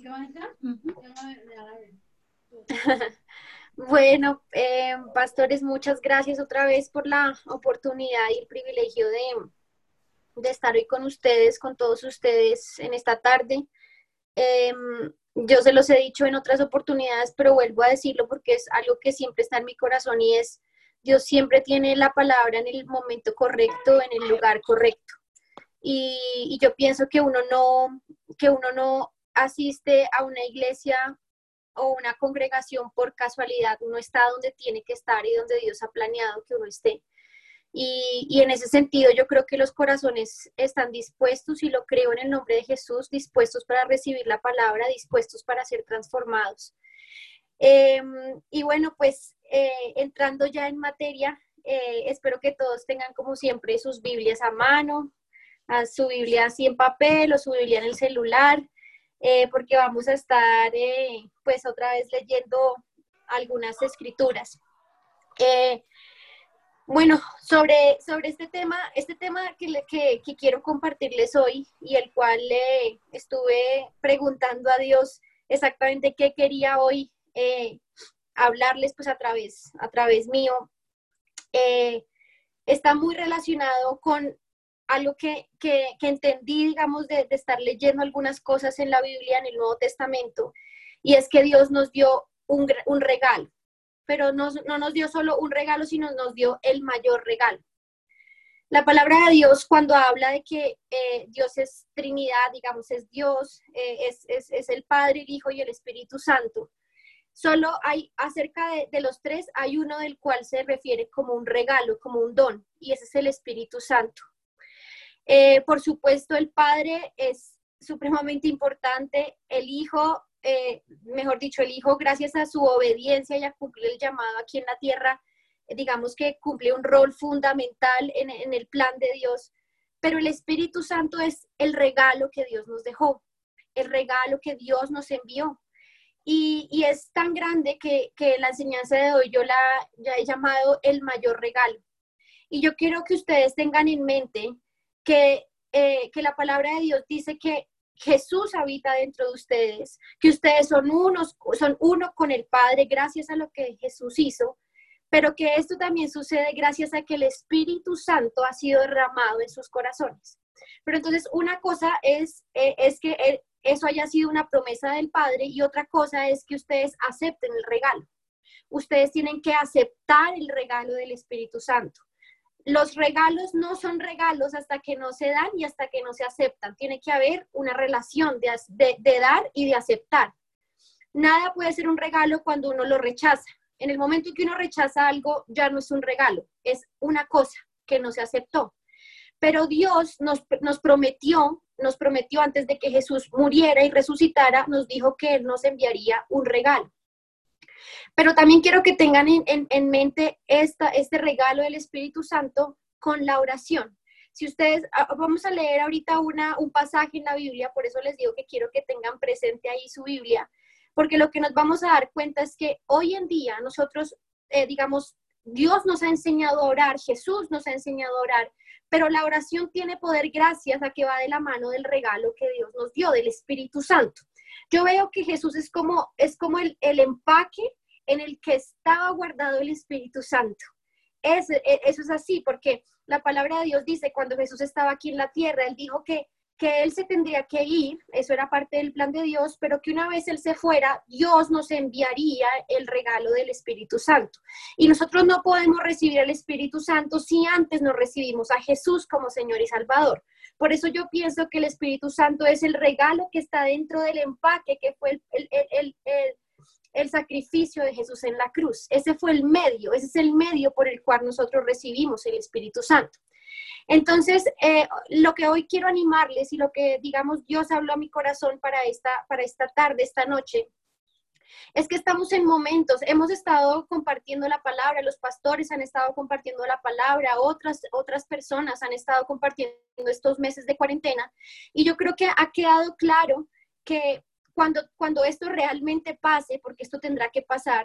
Ujú. Bueno, pastores, muchas gracias otra vez por la oportunidad y el privilegio de estar hoy con ustedes, con todos ustedes en esta tarde. Eh, yo se los he dicho en otras oportunidades, pero vuelvo a decirlo porque es algo que siempre está en mi corazón y es, Dios siempre tiene la palabra en el momento correcto, en el lugar correcto. Y yo pienso que uno no asiste a una iglesia o una congregación por casualidad, uno está donde tiene que estar y donde Dios ha planeado que uno esté. Y en ese sentido yo creo que los corazones están dispuestos, y lo creo en el nombre de Jesús, dispuestos para recibir la palabra, dispuestos para ser transformados. Y bueno, pues entrando ya en materia, espero que todos tengan como siempre sus Biblias a mano, a su Biblia así en papel o su Biblia en el celular, porque vamos a estar pues otra vez leyendo algunas escrituras. Eh, bueno, sobre este tema que quiero compartirles hoy y el cual estuve preguntando a Dios exactamente qué quería hoy hablarles pues a través mío, eh, está muy relacionado con algo que entendí, digamos, de estar leyendo algunas cosas en la Biblia, en el Nuevo Testamento, y es que Dios nos dio un regalo, pero no nos dio solo un regalo, sino nos dio el mayor regalo. La palabra de Dios, cuando habla de que Dios es Trinidad, digamos, es Dios, es el Padre, el Hijo y el Espíritu Santo, solo hay acerca de los tres, hay uno del cual se refiere como un regalo, como un don, y ese es el Espíritu Santo. Por supuesto, el Padre es supremamente importante, el Hijo, mejor dicho, el Hijo, gracias a su obediencia y a cumplir el llamado aquí en la tierra, digamos que cumple un rol fundamental en el plan de Dios, pero el Espíritu Santo es el regalo que Dios nos dejó, el regalo que Dios nos envió. Y es tan grande que la enseñanza de hoy yo la ya he llamado el mayor regalo. Y yo quiero que ustedes tengan en mente que la palabra de Dios dice que Jesús habita dentro de ustedes, que ustedes son uno con el Padre gracias a lo que Jesús hizo, pero que esto también sucede gracias a que el Espíritu Santo ha sido derramado en sus corazones. Pero entonces una cosa es que eso haya sido una promesa del Padre, y otra cosa es que ustedes acepten el regalo. Ustedes tienen que aceptar el regalo del Espíritu Santo. Los regalos no son regalos hasta que no se dan y hasta que no se aceptan. Tiene que haber una relación de dar y de aceptar. Nada puede ser un regalo cuando uno lo rechaza. En el momento en que uno rechaza algo, ya no es un regalo, es una cosa que no se aceptó. Pero Dios nos prometió antes de que Jesús muriera y resucitara, nos dijo que Él nos enviaría un regalo. Pero también quiero que tengan en mente este regalo del Espíritu Santo con la oración. Si ustedes, vamos a leer ahorita un pasaje en la Biblia, por eso les digo que quiero que tengan presente ahí su Biblia, porque lo que nos vamos a dar cuenta es que hoy en día nosotros, digamos, Dios nos ha enseñado a orar, Jesús nos ha enseñado a orar, pero la oración tiene poder gracias a que va de la mano del regalo que Dios nos dio, del Espíritu Santo. Yo veo que Jesús es como el empaque en el que estaba guardado el Espíritu Santo. Eso es así, porque la palabra de Dios dice, cuando Jesús estaba aquí en la tierra, Él dijo que Él se tendría que ir, eso era parte del plan de Dios, pero que una vez Él se fuera, Dios nos enviaría el regalo del Espíritu Santo. Y nosotros no podemos recibir el Espíritu Santo si antes no recibimos a Jesús como Señor y Salvador. Por eso yo pienso que el Espíritu Santo es el regalo que está dentro del empaque, que fue el sacrificio de Jesús en la cruz. Ese fue el medio, ese es el medio por el cual nosotros recibimos el Espíritu Santo. Entonces, lo que hoy quiero animarles y lo que, digamos, Dios habló a mi corazón para esta tarde, esta noche, es que estamos en momentos, hemos estado compartiendo la palabra, los pastores han estado compartiendo la palabra, otras personas han estado compartiendo estos meses de cuarentena, y yo creo que ha quedado claro que cuando esto realmente pase, porque esto tendrá que pasar,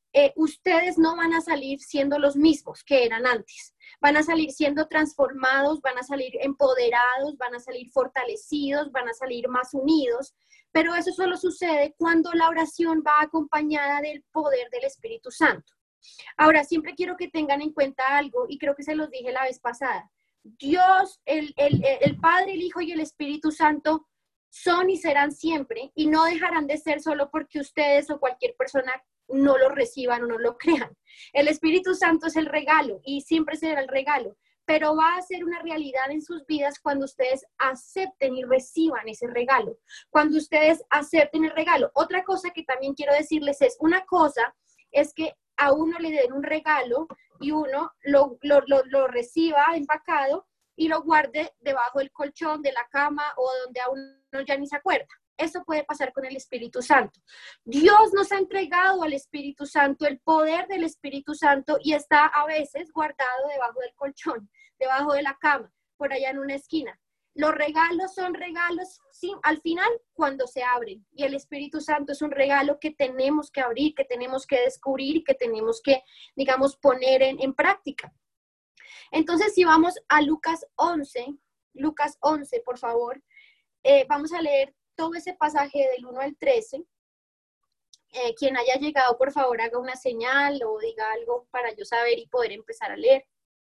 ustedes no van a salir siendo los mismos que eran antes. Van a salir siendo transformados, van a salir empoderados, van a salir fortalecidos, van a salir más unidos, pero eso solo sucede cuando la oración va acompañada del poder del Espíritu Santo. Ahora, siempre quiero que tengan en cuenta algo, y creo que se los dije la vez pasada. Dios, el Padre, el Hijo y el Espíritu Santo son y serán siempre, y no dejarán de ser solo porque ustedes o cualquier persona no lo reciban o no lo crean. El Espíritu Santo es el regalo y siempre será el regalo, pero va a ser una realidad en sus vidas cuando ustedes acepten y reciban ese regalo, cuando ustedes acepten el regalo. Otra cosa que también quiero decirles es, una cosa es que a uno le den un regalo y uno lo reciba empacado y lo guarde debajo del colchón, de la cama o donde a uno ya ni se acuerda. Eso puede pasar con el Espíritu Santo. Dios nos ha entregado al Espíritu Santo, el poder del Espíritu Santo, y está a veces guardado debajo del colchón, debajo de la cama, por allá en una esquina. Los regalos son regalos, sí, al final cuando se abren, y el Espíritu Santo es un regalo que tenemos que abrir, que tenemos que descubrir, que tenemos que, digamos, poner en práctica. Entonces, si vamos a Lucas 11, por favor, vamos a leer todo ese pasaje del 1 al 13. Quien haya llegado, por favor, haga una señal o diga algo para yo saber y poder empezar a leer.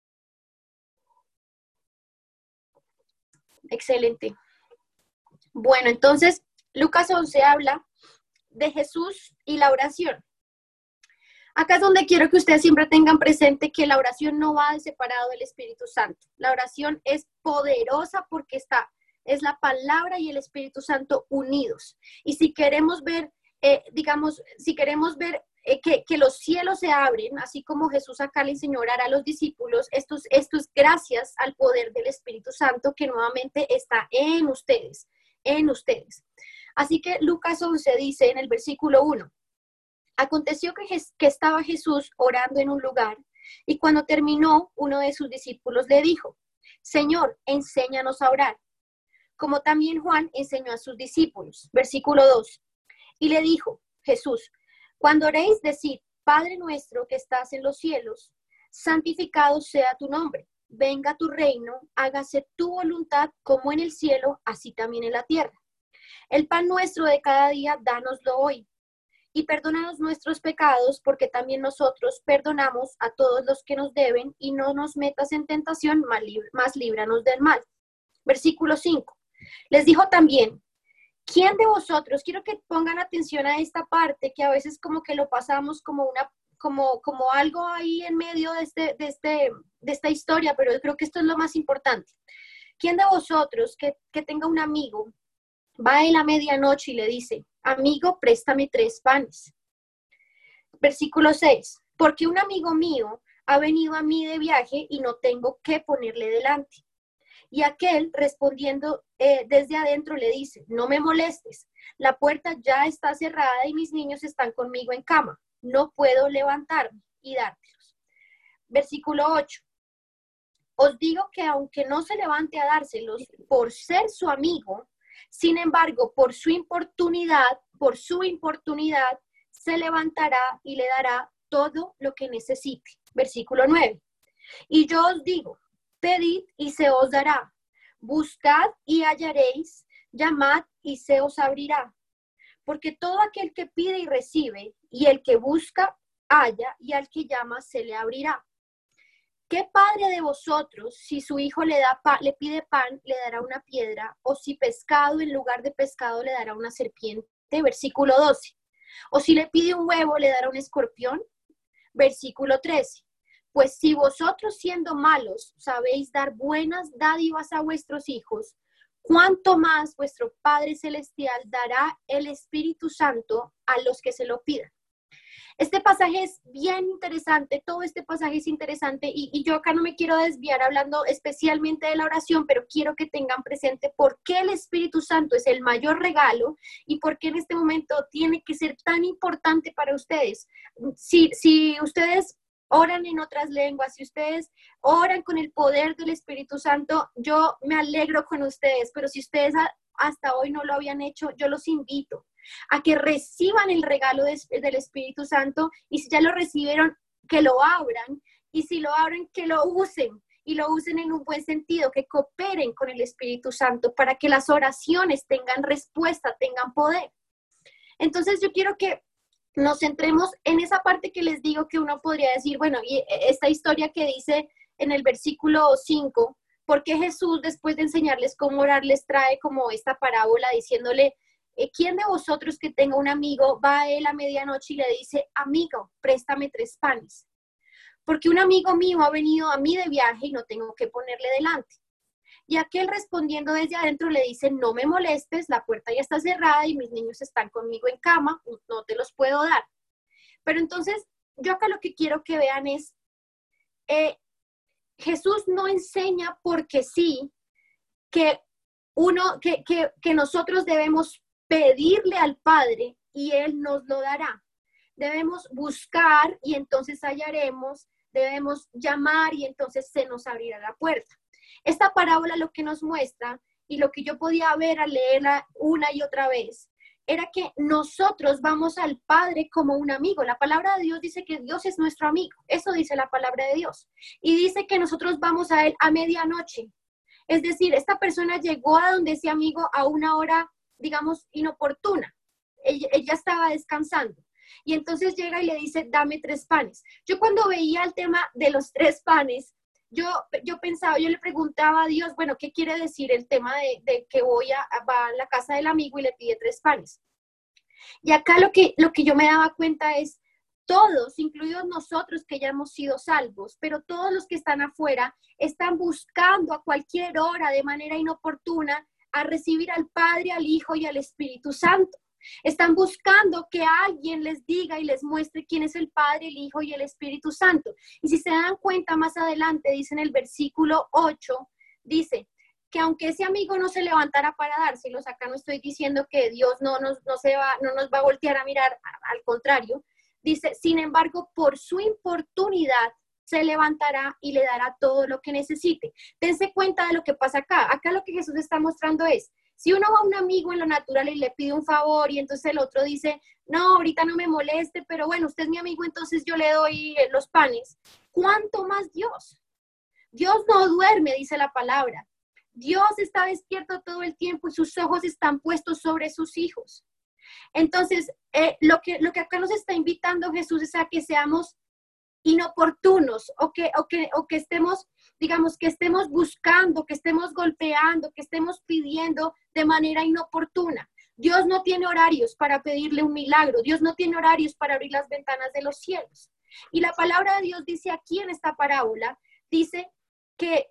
Excelente. Bueno, entonces, Lucas 11 habla de Jesús y la oración. Acá es donde quiero que ustedes siempre tengan presente que la oración no va de separado del Espíritu Santo. La oración es poderosa porque es la palabra y el Espíritu Santo unidos. Y si queremos ver, que los cielos se abren, así como Jesús acá le enseñó a orar a los discípulos, esto es gracias al poder del Espíritu Santo que nuevamente está en ustedes. Así que Lucas 11 dice en el versículo 1, aconteció que estaba Jesús orando en un lugar, y cuando terminó, uno de sus discípulos le dijo, Señor, enséñanos a orar, como también Juan enseñó a sus discípulos. Versículo 2, y le dijo Jesús, cuando oréis, decid, Padre nuestro que estás en los cielos, santificado sea tu nombre, venga tu reino, hágase tu voluntad como en el cielo, así también en la tierra. El pan nuestro de cada día, dánoslo hoy. Y perdónanos nuestros pecados, porque también nosotros perdonamos a todos los que nos deben, y no nos metas en tentación, mas líbranos del mal. Versículo 5. Les dijo también, ¿quién de vosotros? Quiero que pongan atención a esta parte, que a veces como que lo pasamos como algo ahí en medio de esta historia, pero yo creo que esto es lo más importante. ¿Quién de vosotros que tenga un amigo va a la medianoche y le dice, amigo, préstame 3 panes? Versículo 6, porque un amigo mío ha venido a mí de viaje y no tengo qué ponerle delante. Y aquel, respondiendo desde adentro, le dice, no me molestes, la puerta ya está cerrada y mis niños están conmigo en cama, no puedo levantarme y dártelos. Versículo 8, os digo que aunque no se levante a dárselos por ser su amigo, sin embargo, por su importunidad, se levantará y le dará todo lo que necesite. Versículo 9. Y yo os digo, pedid y se os dará, buscad y hallaréis, llamad y se os abrirá. Porque todo aquel que pide y recibe, y el que busca, halla, y al que llama se le abrirá. ¿Qué padre de vosotros, si su hijo le pide pan, le dará una piedra? O si pescado en lugar de pescado le dará una serpiente. Versículo 12. O si le pide un huevo, le dará un escorpión. Versículo 13. Pues si vosotros siendo malos sabéis dar buenas dádivas a vuestros hijos, ¿cuánto más vuestro Padre Celestial dará el Espíritu Santo a los que se lo pidan? Este pasaje es bien interesante, todo este pasaje es interesante y yo acá no me quiero desviar hablando especialmente de la oración, pero quiero que tengan presente por qué el Espíritu Santo es el mayor regalo y por qué en este momento tiene que ser tan importante para ustedes. Si ustedes oran en otras lenguas, si ustedes oran con el poder del Espíritu Santo, yo me alegro con ustedes, pero si ustedes hasta hoy no lo habían hecho, yo los invito a que reciban el regalo del Espíritu Santo, y si ya lo recibieron, que lo abran, y si lo abren, que lo usen, y lo usen en un buen sentido, que cooperen con el Espíritu Santo para que las oraciones tengan respuesta, tengan poder. Entonces yo quiero que nos centremos en esa parte que les digo, que uno podría decir, bueno, y esta historia que dice en el versículo 5, porque Jesús, después de enseñarles cómo orar, les trae como esta parábola diciéndole, ¿quién de vosotros que tenga un amigo va a él a medianoche y le dice, amigo, préstame 3 panes? Porque un amigo mío ha venido a mí de viaje y no tengo que ponerle delante. Y aquel, respondiendo desde adentro, le dice, no me molestes, la puerta ya está cerrada y mis niños están conmigo en cama, no te los puedo dar. Pero entonces, yo acá lo que quiero que vean es, Jesús no enseña porque sí que nosotros debemos pedirle al Padre y Él nos lo dará. Debemos buscar y entonces hallaremos, debemos llamar y entonces se nos abrirá la puerta. Esta parábola lo que nos muestra, y lo que yo podía ver al leerla una y otra vez, era que nosotros vamos al Padre como un amigo. La palabra de Dios dice que Dios es nuestro amigo. Eso dice la palabra de Dios. Y dice que nosotros vamos a Él a medianoche. Es decir, esta persona llegó a donde ese amigo a una hora, digamos, inoportuna. Ella estaba descansando. Y entonces llega y le dice, dame 3 panes. Yo cuando veía el tema de los 3 panes, yo pensaba, yo le preguntaba a Dios, bueno, ¿qué quiere decir el tema de que va a la casa del amigo y le pide 3 panes? Y acá lo que yo me daba cuenta es, todos, incluidos nosotros que ya hemos sido salvos, pero todos los que están afuera, están buscando a cualquier hora, de manera inoportuna, a recibir al Padre, al Hijo y al Espíritu Santo. Están buscando que alguien les diga y les muestre quién es el Padre, el Hijo y el Espíritu Santo. Y si se dan cuenta más adelante, dice en el versículo 8, dice que aunque ese amigo no se levantara para dárselos, acá no estoy diciendo que Dios no nos va a voltear a mirar, al contrario, dice, sin embargo, por su importunidad se levantará y le dará todo lo que necesite. Dense cuenta de lo que pasa acá. Acá lo que Jesús está mostrando es, si uno va a un amigo en lo natural y le pide un favor y entonces el otro dice, no, ahorita no me moleste, pero bueno, usted es mi amigo, entonces yo le doy los panes. ¿Cuánto más Dios? Dios no duerme, dice la palabra. Dios está despierto todo el tiempo y sus ojos están puestos sobre sus hijos. Entonces, lo que acá nos está invitando Jesús es a que seamos inoportunos o que estemos, digamos, que estemos buscando, que estemos golpeando, que estemos pidiendo de manera inoportuna. Dios no tiene horarios para pedirle un milagro. Dios no tiene horarios para abrir las ventanas de los cielos. Y la palabra de Dios dice aquí en esta parábola, dice que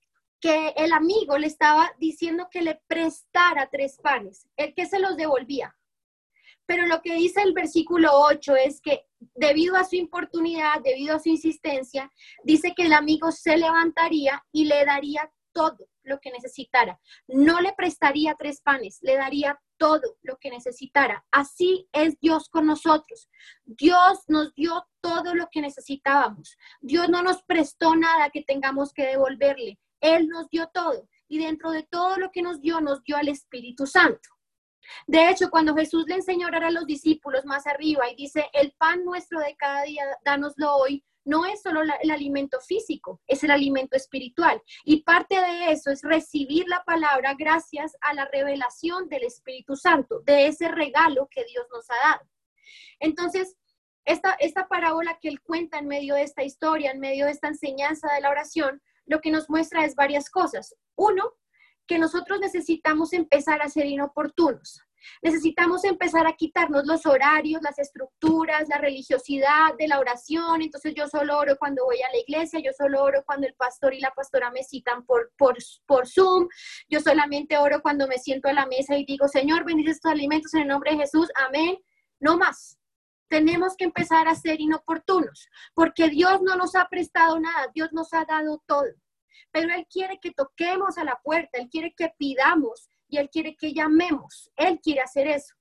el amigo le estaba diciendo que le prestara 3 panes, el que se los devolvía. Pero lo que dice el versículo 8 es que debido a su importunidad, debido a su insistencia, dice que el amigo se levantaría y le daría todo lo que necesitara. No le prestaría 3 panes, le daría todo lo que necesitara. Así es Dios con nosotros. Dios nos dio todo lo que necesitábamos. Dios no nos prestó nada que tengamos que devolverle. Él nos dio todo. Y dentro de todo lo que nos dio al Espíritu Santo. De hecho, cuando Jesús le enseñó a orar a los discípulos más arriba y dice, el pan nuestro de cada día, dánoslo hoy, no es solo el alimento físico, es el alimento espiritual. Y parte de eso es recibir la palabra gracias a la revelación del Espíritu Santo, de ese regalo que Dios nos ha dado. Entonces, esta parábola que él cuenta en medio de esta historia, en medio de esta enseñanza de la oración, lo que nos muestra es varias cosas. Uno, que nosotros necesitamos empezar a ser inoportunos. Necesitamos empezar a quitarnos los horarios, las estructuras, la religiosidad de la oración. Entonces yo solo oro cuando voy a la iglesia, yo solo oro cuando el pastor y la pastora me citan por Zoom, yo solamente oro cuando me siento a la mesa y digo, Señor, bendice estos alimentos en el nombre de Jesús, amén. No más. Tenemos que empezar a ser inoportunos, porque Dios no nos ha prestado nada, Dios nos ha dado todo. Pero Él quiere que toquemos a la puerta, Él quiere que pidamos y Él quiere que llamemos. Él quiere hacer eso.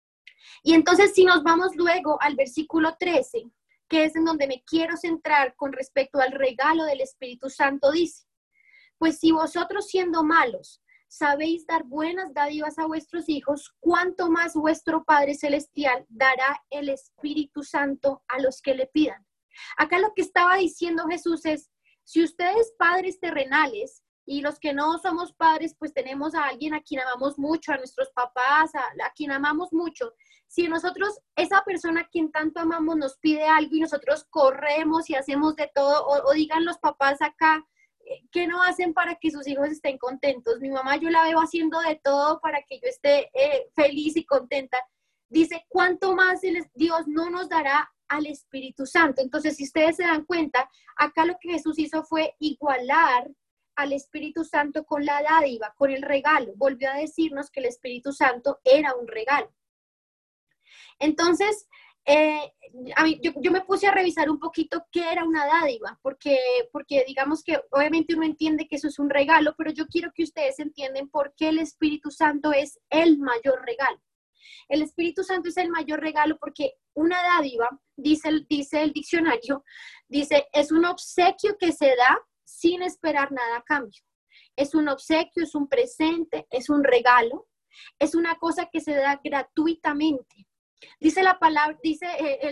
Y entonces si nos vamos luego al versículo 13, que es en donde me quiero centrar con respecto al regalo del Espíritu Santo, dice, pues si vosotros siendo malos sabéis dar buenas dádivas a vuestros hijos, cuánto más vuestro Padre Celestial dará el Espíritu Santo a los que le pidan. Acá lo que estaba diciendo Jesús es, si ustedes padres terrenales, y los que no somos padres, pues tenemos a alguien a quien amamos mucho, a nuestros papás, a quien amamos mucho. Si nosotros, esa persona a quien tanto amamos nos pide algo y nosotros corremos y hacemos de todo, o digan los papás acá, ¿qué no hacen para que sus hijos estén contentos? Mi mamá yo la veo haciendo de todo para que yo esté feliz y contenta. Dice, ¿cuánto más Dios no nos dará al Espíritu Santo? Entonces, si ustedes se dan cuenta, acá lo que Jesús hizo fue igualar al Espíritu Santo con la dádiva, con el regalo. Volvió a decirnos que el Espíritu Santo era un regalo. Entonces, yo me puse a revisar un poquito qué era una dádiva, porque digamos que obviamente uno entiende que eso es un regalo, pero yo quiero que ustedes entiendan por qué el Espíritu Santo es el mayor regalo. El Espíritu Santo es el mayor regalo porque una dádiva, dice el diccionario, dice, es un obsequio que se da sin esperar nada a cambio. Es un obsequio, es un presente, es un regalo, es una cosa que se da gratuitamente. Dice la palabra, dice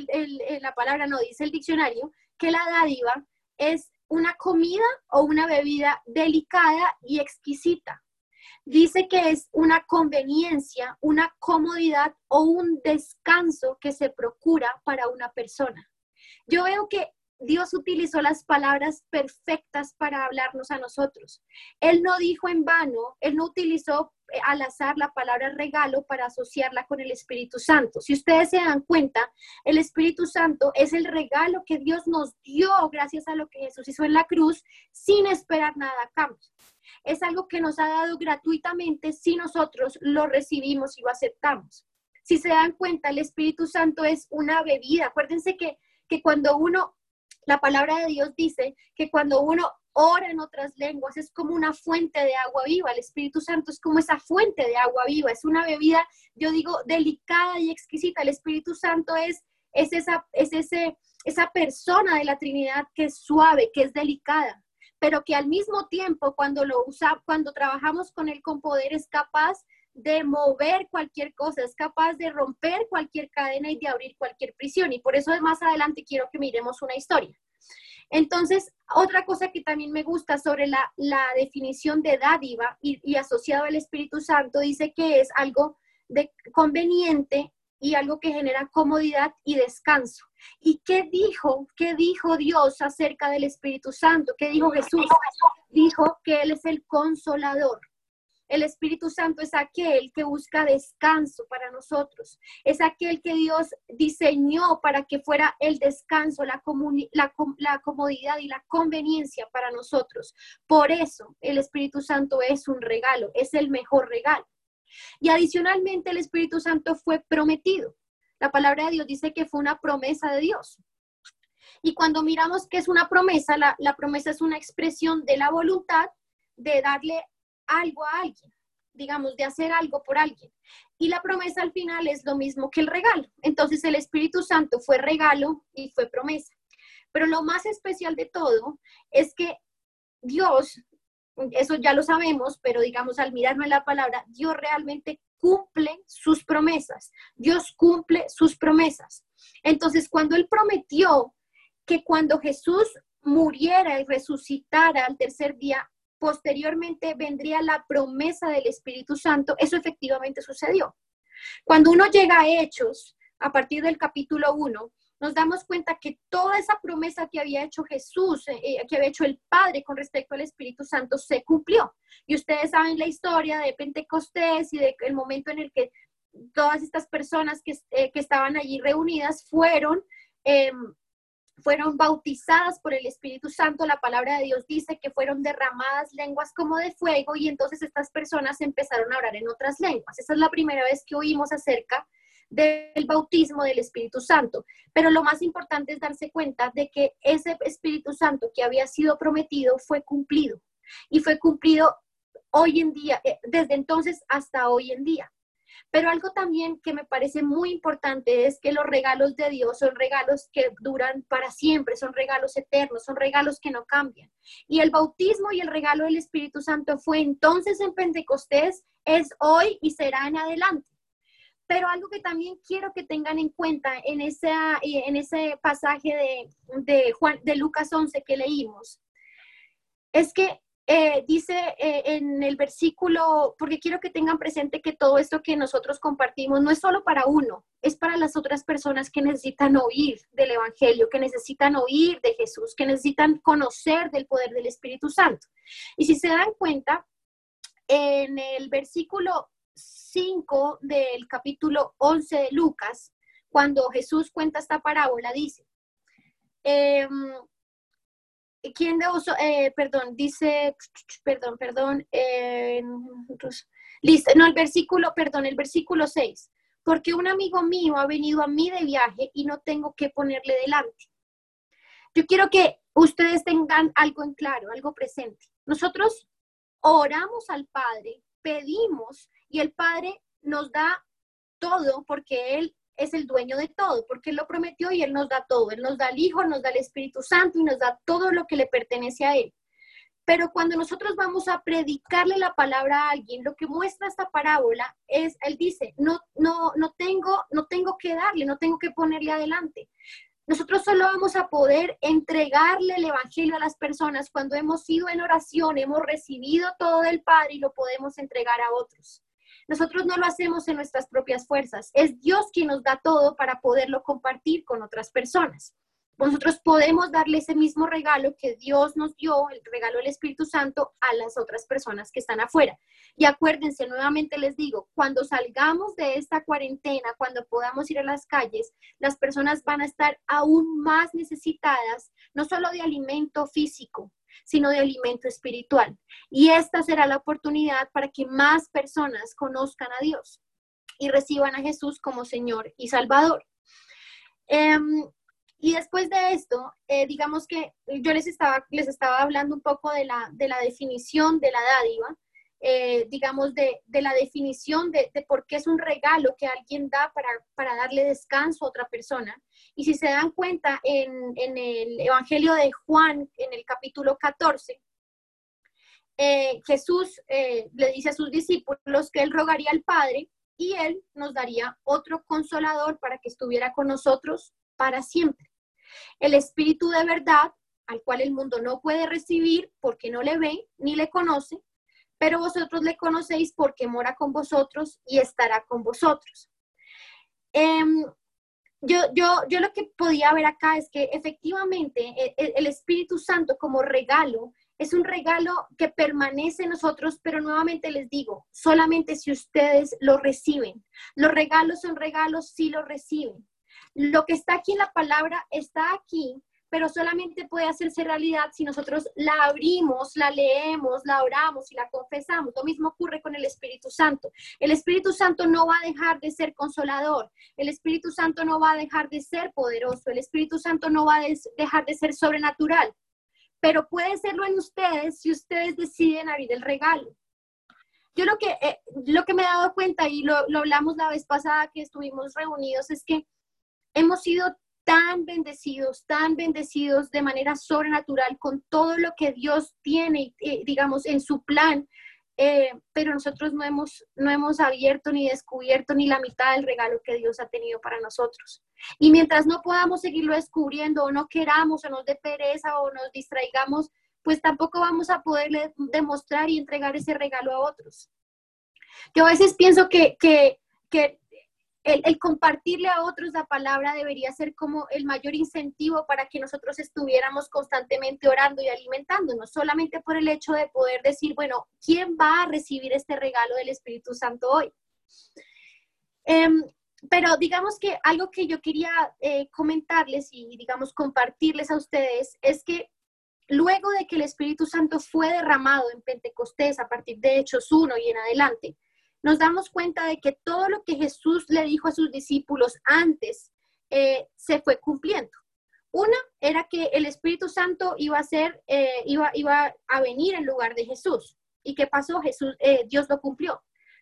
el diccionario, que la dádiva es una comida o una bebida delicada y exquisita. Dice que es una conveniencia, una comodidad o un descanso que se procura para una persona. Yo veo que Dios utilizó las palabras perfectas para hablarnos a nosotros. Él no dijo en vano, Él no utilizó al azar la palabra regalo para asociarla con el Espíritu Santo. Si ustedes se dan cuenta, el Espíritu Santo es el regalo que Dios nos dio gracias a lo que Jesús hizo en la cruz sin esperar nada a cambio. Es algo que nos ha dado gratuitamente si nosotros lo recibimos y lo aceptamos. Si se dan cuenta, el Espíritu Santo es una bebida. Acuérdense que cuando uno, la palabra de Dios dice que cuando uno ora en otras lenguas es como una fuente de agua viva. El Espíritu Santo es como esa fuente de agua viva. Es una bebida, yo digo, delicada y exquisita. El Espíritu Santo es esa persona de la Trinidad que es suave, que es delicada, pero que al mismo tiempo cuando trabajamos con él con poder es capaz de mover cualquier cosa, es capaz de romper cualquier cadena y de abrir cualquier prisión. Y por eso más adelante quiero que miremos una historia. Entonces, otra cosa que también me gusta sobre la definición de dádiva y asociado al Espíritu Santo, dice que es algo de conveniente y algo que genera comodidad y descanso. ¿Y qué dijo Dios acerca del Espíritu Santo? ¿Qué dijo Jesús? Dijo que Él es el consolador. El Espíritu Santo es aquel que busca descanso para nosotros. Es aquel que Dios diseñó para que fuera el descanso, la comodidad y la conveniencia para nosotros. Por eso el Espíritu Santo es un regalo, es el mejor regalo. Y adicionalmente el Espíritu Santo fue prometido. La palabra de Dios dice que fue una promesa de Dios. Y cuando miramos que es una promesa, la promesa es una expresión de la voluntad de darle algo a alguien, digamos, de hacer algo por alguien. Y la promesa al final es lo mismo que el regalo. Entonces el Espíritu Santo fue regalo y fue promesa. Pero lo más especial de todo es que Dios, eso ya lo sabemos, pero digamos al mirarlo en la palabra, Dios realmente cumple sus promesas. Dios cumple sus promesas. Entonces cuando Él prometió que cuando Jesús muriera y resucitara al tercer día, posteriormente vendría la promesa del Espíritu Santo, eso efectivamente sucedió. Cuando uno llega a Hechos, a partir del capítulo 1, nos damos cuenta que toda esa promesa que había hecho Jesús, que había hecho el Padre con respecto al Espíritu Santo, se cumplió. Y ustedes saben la historia de Pentecostés y del momento en el que todas estas personas que estaban allí reunidas fueron bautizadas por el Espíritu Santo. La palabra de Dios dice que fueron derramadas lenguas como de fuego y entonces estas personas empezaron a orar en otras lenguas. Esa es la primera vez que oímos acerca del bautismo del Espíritu Santo. Pero lo más importante es darse cuenta de que ese Espíritu Santo que había sido prometido fue cumplido y fue cumplido hoy en día, desde entonces hasta hoy en día. Pero algo también que me parece muy importante es que los regalos de Dios son regalos que duran para siempre, son regalos eternos, son regalos que no cambian. Y el bautismo y el regalo del Espíritu Santo fue entonces en Pentecostés, es hoy y será en adelante. Pero algo que también quiero que tengan en cuenta en ese pasaje de Lucas 11 que leímos, es que dice en el versículo, porque quiero que tengan presente que todo esto que nosotros compartimos no es solo para uno, es para las otras personas que necesitan oír del Evangelio, que necesitan oír de Jesús, que necesitan conocer del poder del Espíritu Santo. Y si se dan cuenta, en el versículo 5 del capítulo 11 de Lucas, cuando Jesús cuenta esta parábola, dice, ¿quién de vosotros, dice, listo, no, el versículo 6, porque un amigo mío ha venido a mí de viaje y no tengo que ponerle delante. Yo quiero que ustedes tengan algo en claro, algo presente. Nosotros oramos al Padre, pedimos y el Padre nos da todo porque Él es el dueño de todo, porque Él lo prometió y Él nos da todo. Él nos da el Hijo, nos da el Espíritu Santo y nos da todo lo que le pertenece a Él. Pero cuando nosotros vamos a predicarle la palabra a alguien, lo que muestra esta parábola es, Él dice, no tengo que darle, no tengo que ponerle adelante. Nosotros solo vamos a poder entregarle el Evangelio a las personas cuando hemos ido en oración, hemos recibido todo del Padre y lo podemos entregar a otros. Nosotros no lo hacemos en nuestras propias fuerzas. Es Dios quien nos da todo para poderlo compartir con otras personas. Nosotros podemos darle ese mismo regalo que Dios nos dio, el regalo del Espíritu Santo, a las otras personas que están afuera. Y acuérdense, nuevamente les digo, cuando salgamos de esta cuarentena, cuando podamos ir a las calles, las personas van a estar aún más necesitadas, no solo de alimento físico, sino de alimento espiritual. Y esta será la oportunidad para que más personas conozcan a Dios y reciban a Jesús como Señor y Salvador. Y después de esto, digamos que yo les estaba hablando un poco de la definición de la dádiva, digamos de la definición de por qué es un regalo que alguien da para darle descanso a otra persona. Y si se dan cuenta, en el Evangelio de Juan, en el capítulo 14, Jesús le dice a sus discípulos que Él rogaría al Padre y Él nos daría otro consolador para que estuviera con nosotros para siempre. El Espíritu de verdad, al cual el mundo no puede recibir porque no le ve ni le conoce, pero vosotros le conocéis porque mora con vosotros y estará con vosotros. Yo lo que podía ver acá es que efectivamente el Espíritu Santo como regalo es un regalo que permanece en nosotros, pero nuevamente les digo, solamente si ustedes lo reciben. Los regalos son regalos si los reciben. Lo que está aquí en la palabra está aquí, pero solamente puede hacerse realidad si nosotros la abrimos, la leemos, la oramos y la confesamos. Lo mismo ocurre con el Espíritu Santo. El Espíritu Santo no va a dejar de ser consolador. El Espíritu Santo no va a dejar de ser poderoso. El Espíritu Santo no va a dejar de ser sobrenatural. Pero puede serlo en ustedes si ustedes deciden abrir el regalo. Yo lo que me he dado cuenta, y lo hablamos la vez pasada que estuvimos reunidos, es que hemos sido tan bendecidos de manera sobrenatural con todo lo que Dios tiene, digamos, en su plan, pero nosotros no hemos abierto ni descubierto ni la mitad del regalo que Dios ha tenido para nosotros. Y mientras no podamos seguirlo descubriendo, o no queramos, o nos dé pereza, o nos distraigamos, pues tampoco vamos a poderle demostrar y entregar ese regalo a otros. Yo a veces pienso que el compartirle a otros la palabra debería ser como el mayor incentivo para que nosotros estuviéramos constantemente orando y alimentándonos, solamente por el hecho de poder decir, bueno, ¿quién va a recibir este regalo del Espíritu Santo hoy? Pero digamos que algo que yo quería comentarles y, digamos, compartirles a ustedes es que luego de que el Espíritu Santo fue derramado en Pentecostés a partir de Hechos 1 y en adelante, nos damos cuenta de que todo lo que Jesús le dijo a sus discípulos antes se fue cumpliendo. Una era que el Espíritu Santo iba a venir en lugar de Jesús. ¿Y qué pasó? Dios lo cumplió.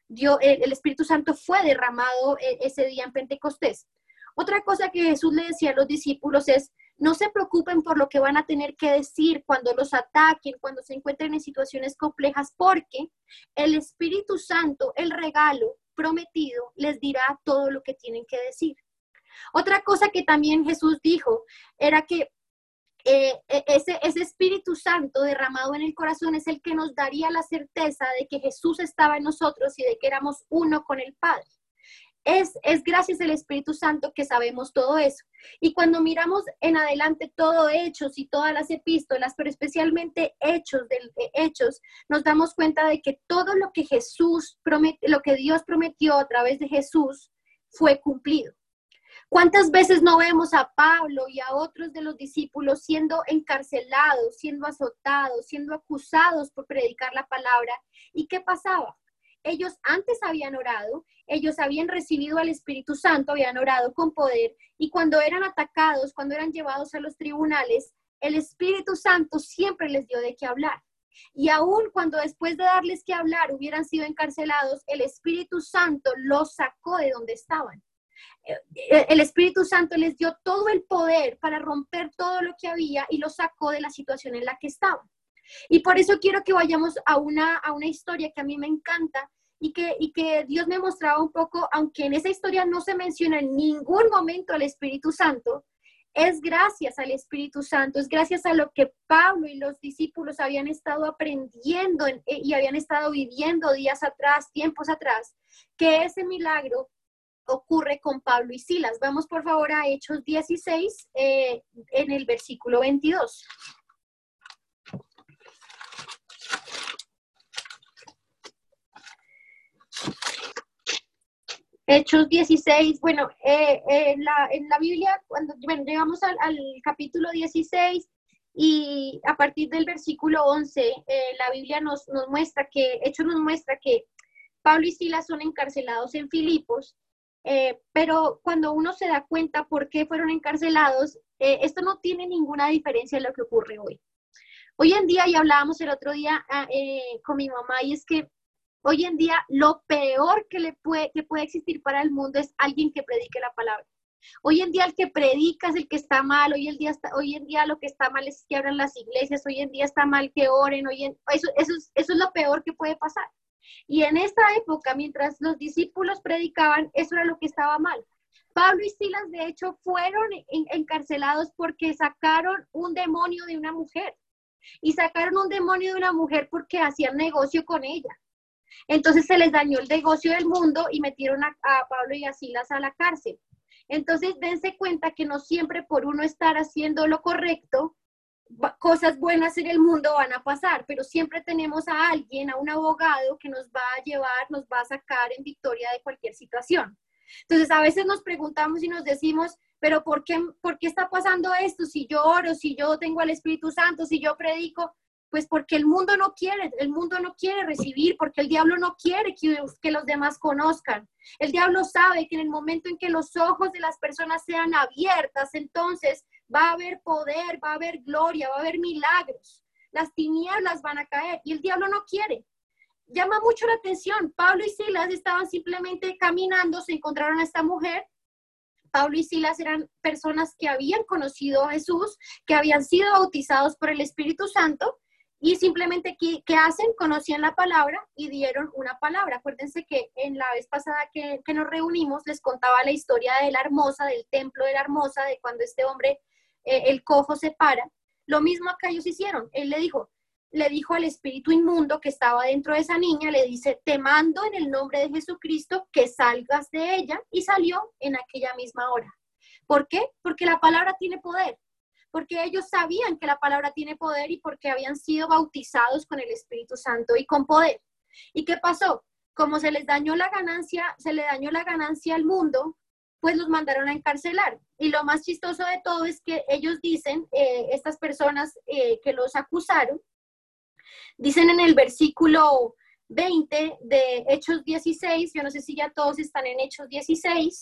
el Espíritu Santo fue derramado ese día en Pentecostés. Otra cosa que Jesús le decía a los discípulos es, no se preocupen por lo que van a tener que decir cuando los ataquen, cuando se encuentren en situaciones complejas, porque el Espíritu Santo, el regalo prometido, les dirá todo lo que tienen que decir. Otra cosa que también Jesús dijo era que ese Espíritu Santo derramado en el corazón es el que nos daría la certeza de que Jesús estaba en nosotros y de que éramos uno con el Padre. Es gracias al Espíritu Santo que sabemos todo eso. Y cuando miramos en adelante todo Hechos y todas las epístolas, pero especialmente Hechos, nos damos cuenta de que todo lo que lo que Dios prometió a través de Jesús fue cumplido. ¿Cuántas veces no vemos a Pablo y a otros de los discípulos siendo encarcelados, siendo azotados, siendo acusados por predicar la palabra? ¿Y qué pasaba? Ellos antes habían orado, ellos habían recibido al Espíritu Santo, habían orado con poder, y cuando eran atacados, cuando eran llevados a los tribunales, el Espíritu Santo siempre les dio de qué hablar. Y aun cuando después de darles que hablar hubieran sido encarcelados, el Espíritu Santo los sacó de donde estaban. El Espíritu Santo les dio todo el poder para romper todo lo que había y los sacó de la situación en la que estaban. Y por eso quiero que vayamos a una historia que a mí me encanta y que Dios me mostraba un poco, aunque en esa historia no se menciona en ningún momento el Espíritu Santo, es gracias al Espíritu Santo, es gracias a lo que Pablo y los discípulos habían estado aprendiendo y habían estado viviendo días atrás, tiempos atrás, que ese milagro ocurre con Pablo y Silas. Vamos por favor a Hechos 16, en el versículo 22. Hechos 16, bueno, en la Biblia, llegamos al capítulo 16 y a partir del versículo 11, la Biblia nos muestra Hechos nos muestra que Pablo y Silas son encarcelados en Filipos, pero cuando uno se da cuenta por qué fueron encarcelados, esto no tiene ninguna diferencia en lo que ocurre hoy. Hoy en día, y hablábamos el otro día con mi mamá, y es que hoy en día lo peor que puede existir para el mundo es alguien que predique la palabra. Hoy en día el que predica es el que está mal, hoy en día lo que está mal es que abran las iglesias, hoy en día está mal que oren, eso es lo peor que puede pasar. Y en esta época, mientras los discípulos predicaban, eso era lo que estaba mal. Pablo y Silas, de hecho, fueron encarcelados porque sacaron un demonio de una mujer. Y sacaron un demonio de una mujer porque hacían negocio con ella. Entonces se les dañó el negocio del mundo y metieron a Pablo y a Silas a la cárcel. Entonces dense cuenta que no siempre por uno estar haciendo lo correcto, cosas buenas en el mundo van a pasar, pero siempre tenemos a alguien, a un abogado que nos va a llevar, nos va a sacar en victoria de cualquier situación. Entonces a veces nos preguntamos y nos decimos, pero ¿por qué está pasando esto? Si yo oro, si yo tengo al Espíritu Santo, si yo predico, pues porque el mundo no quiere recibir, porque el diablo no quiere que los demás conozcan. El diablo sabe que en el momento en que los ojos de las personas sean abiertas, entonces va a haber poder, va a haber gloria, va a haber milagros. Las tinieblas van a caer y el diablo no quiere. Llama mucho la atención. Pablo y Silas estaban simplemente caminando, se encontraron a esta mujer. Pablo y Silas eran personas que habían conocido a Jesús, que habían sido bautizados por el Espíritu Santo. Y simplemente, ¿qué hacen? Conocían la palabra y dieron una palabra. Acuérdense que en la vez pasada que nos reunimos, les contaba la historia de la hermosa, del templo de la hermosa, de cuando este hombre, el cojo, se para. Lo mismo acá ellos hicieron. Él le dijo al espíritu inmundo que estaba dentro de esa niña, le dice, te mando en el nombre de Jesucristo que salgas de ella, y salió en aquella misma hora. ¿Por qué? Porque la palabra tiene poder. Porque ellos sabían que la palabra tiene poder y porque habían sido bautizados con el Espíritu Santo y con poder. ¿Y qué pasó? Como se le dañó la ganancia al mundo, pues los mandaron a encarcelar. Y lo más chistoso de todo es que ellos dicen, estas personas que los acusaron, dicen en el versículo 20 de Hechos 16, yo no sé si ya todos están en Hechos 16,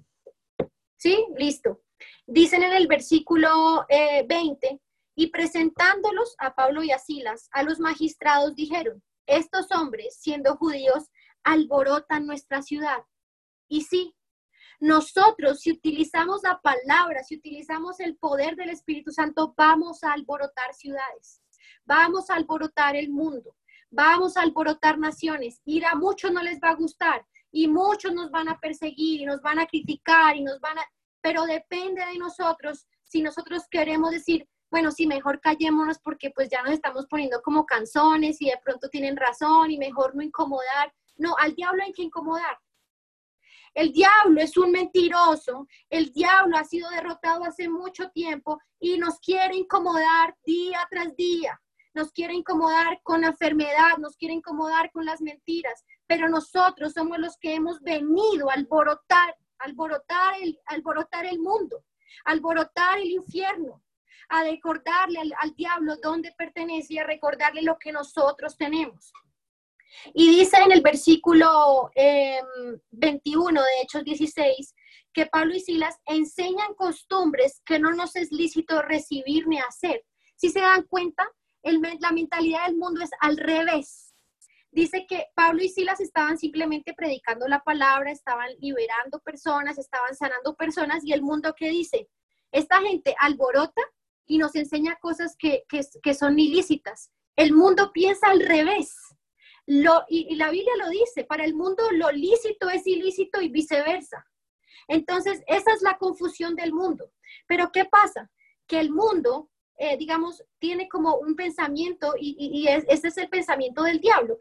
¿sí? Listo. Dicen en el versículo 20, y presentándolos a Pablo y a Silas, a los magistrados dijeron, estos hombres, siendo judíos, alborotan nuestra ciudad. Y sí, nosotros, si utilizamos la palabra, si utilizamos el poder del Espíritu Santo, vamos a alborotar ciudades, vamos a alborotar el mundo, vamos a alborotar naciones. Y a muchos no les va a gustar, y muchos nos van a perseguir, y nos van a criticar, pero depende de nosotros, si nosotros queremos decir, bueno, sí, mejor callémonos porque pues ya nos estamos poniendo como canzones y de pronto tienen razón y mejor no incomodar. No, al diablo hay que incomodar. El diablo es un mentiroso, el diablo ha sido derrotado hace mucho tiempo y nos quiere incomodar día tras día, nos quiere incomodar con la enfermedad, nos quiere incomodar con las mentiras, pero nosotros somos los que hemos venido a alborotar el mundo, a alborotar el infierno, a recordarle al diablo dónde pertenece y a recordarle lo que nosotros tenemos. Y dice en el versículo 21 de Hechos 16, que Pablo y Silas enseñan costumbres que no nos es lícito recibir ni hacer. Si se dan cuenta, la mentalidad del mundo es al revés. Dice que Pablo y Silas estaban simplemente predicando la palabra, estaban liberando personas, estaban sanando personas, y el mundo, ¿qué dice? Esta gente alborota y nos enseña cosas que son ilícitas. El mundo piensa al revés. Y la Biblia lo dice, para el mundo lo lícito es ilícito y viceversa. Entonces, esa es la confusión del mundo. Pero ¿qué pasa? Que el mundo, digamos, tiene como un pensamiento, y ese es el pensamiento del diablo,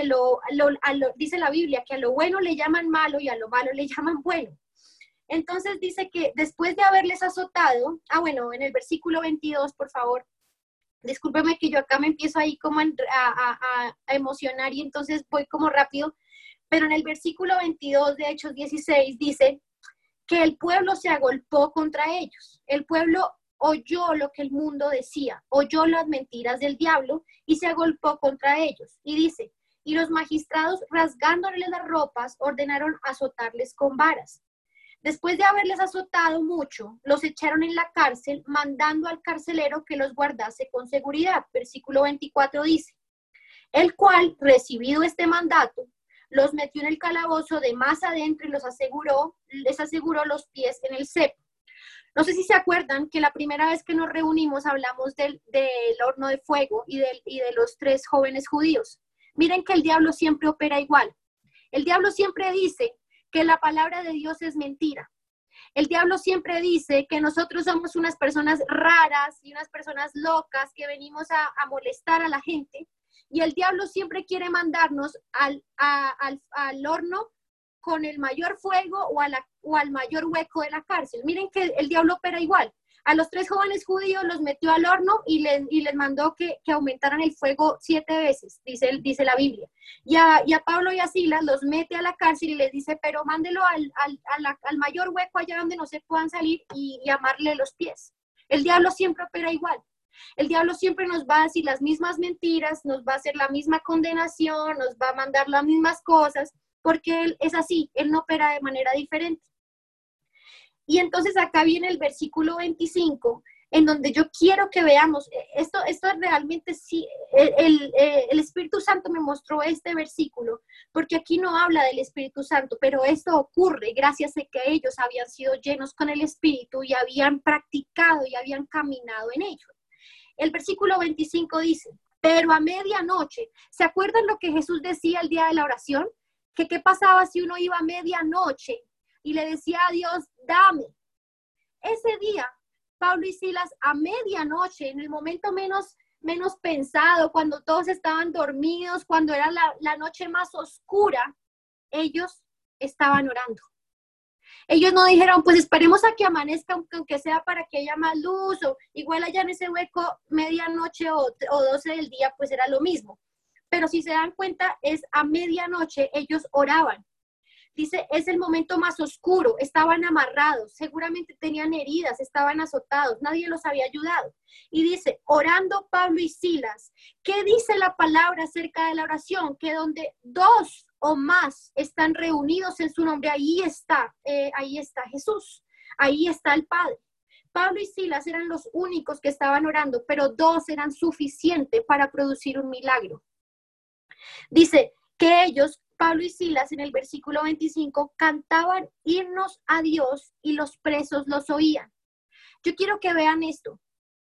dice la Biblia, que a lo bueno le llaman malo y a lo malo le llaman bueno. Entonces dice que después de haberles azotado, bueno, en el versículo 22, por favor, discúlpeme que yo acá me empiezo ahí como a emocionar y entonces voy como rápido, pero en el versículo 22 de Hechos 16 dice que el pueblo se agolpó contra ellos. El pueblo oyó lo que el mundo decía, oyó las mentiras del diablo y se agolpó contra ellos. Y dice, y los magistrados, rasgándoles las ropas, ordenaron azotarles con varas. Después de haberles azotado mucho, los echaron en la cárcel, mandando al carcelero que los guardase con seguridad. Versículo 24 dice, el cual, recibido este mandato, los metió en el calabozo de más adentro y les aseguró los pies en el cepo. No sé si se acuerdan que la primera vez que nos reunimos hablamos del horno de fuego y de los 3 jóvenes judíos. Miren que el diablo siempre opera igual. El diablo siempre dice que la palabra de Dios es mentira. El diablo siempre dice que nosotros somos unas personas raras y unas personas locas que venimos a molestar a la gente. Y el diablo siempre quiere mandarnos al horno con el mayor fuego o al mayor hueco de la cárcel. Miren que el diablo opera igual. A los 3 jóvenes judíos los metió al horno y les mandó que aumentaran el fuego 7 veces, dice la Biblia. Y a Pablo y a Silas los mete a la cárcel y les dice, pero mándelo al mayor hueco allá donde no se puedan salir y amarle los pies. El diablo siempre opera igual. El diablo siempre nos va a decir las mismas mentiras, nos va a hacer la misma condenación, nos va a mandar las mismas cosas, porque él es así, él no opera de manera diferente. Y entonces acá viene el versículo 25, en donde yo quiero que veamos, esto realmente sí, el Espíritu Santo me mostró este versículo, porque aquí no habla del Espíritu Santo, pero esto ocurre gracias a que ellos habían sido llenos con el Espíritu y habían practicado y habían caminado en ello. El versículo 25 dice, pero a medianoche, ¿se acuerdan lo que Jesús decía el día de la oración? Que qué pasaba si uno iba a medianoche y le decía a Dios, dame. Ese día, Pablo y Silas a medianoche, en el momento menos pensado, cuando todos estaban dormidos, cuando era la noche más oscura, ellos estaban orando. Ellos no dijeron, pues esperemos a que amanezca, aunque sea para que haya más luz, o igual allá en ese hueco, medianoche o 12 del día, pues era lo mismo. Pero si se dan cuenta, es a medianoche, ellos oraban. Dice, es el momento más oscuro, estaban amarrados, seguramente tenían heridas, estaban azotados, nadie los había ayudado. Y dice, orando Pablo y Silas, ¿qué dice la palabra acerca de la oración? Que donde 2 o más están reunidos en su nombre, ahí está Jesús, ahí está el Padre. Pablo y Silas eran los únicos que estaban orando, pero 2 eran suficientes para producir un milagro. Dice que ellos Pablo y Silas, en el versículo 25, cantaban himnos a Dios y los presos los oían. Yo quiero que vean esto.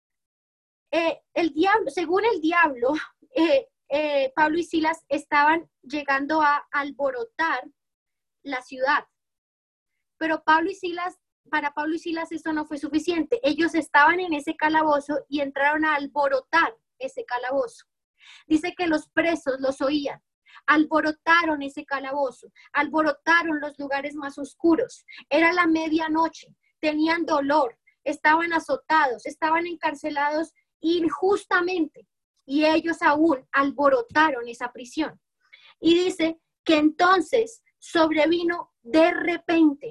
El diablo, según el diablo, Pablo y Silas estaban llegando a alborotar la ciudad. Pero para Pablo y Silas eso no fue suficiente. Ellos estaban en ese calabozo y entraron a alborotar ese calabozo. Dice que los presos los oían. Alborotaron ese calabozo, alborotaron los lugares más oscuros. Era la medianoche, tenían dolor, estaban azotados, estaban encarcelados injustamente y ellos aún alborotaron esa prisión. Y dice que entonces sobrevino de repente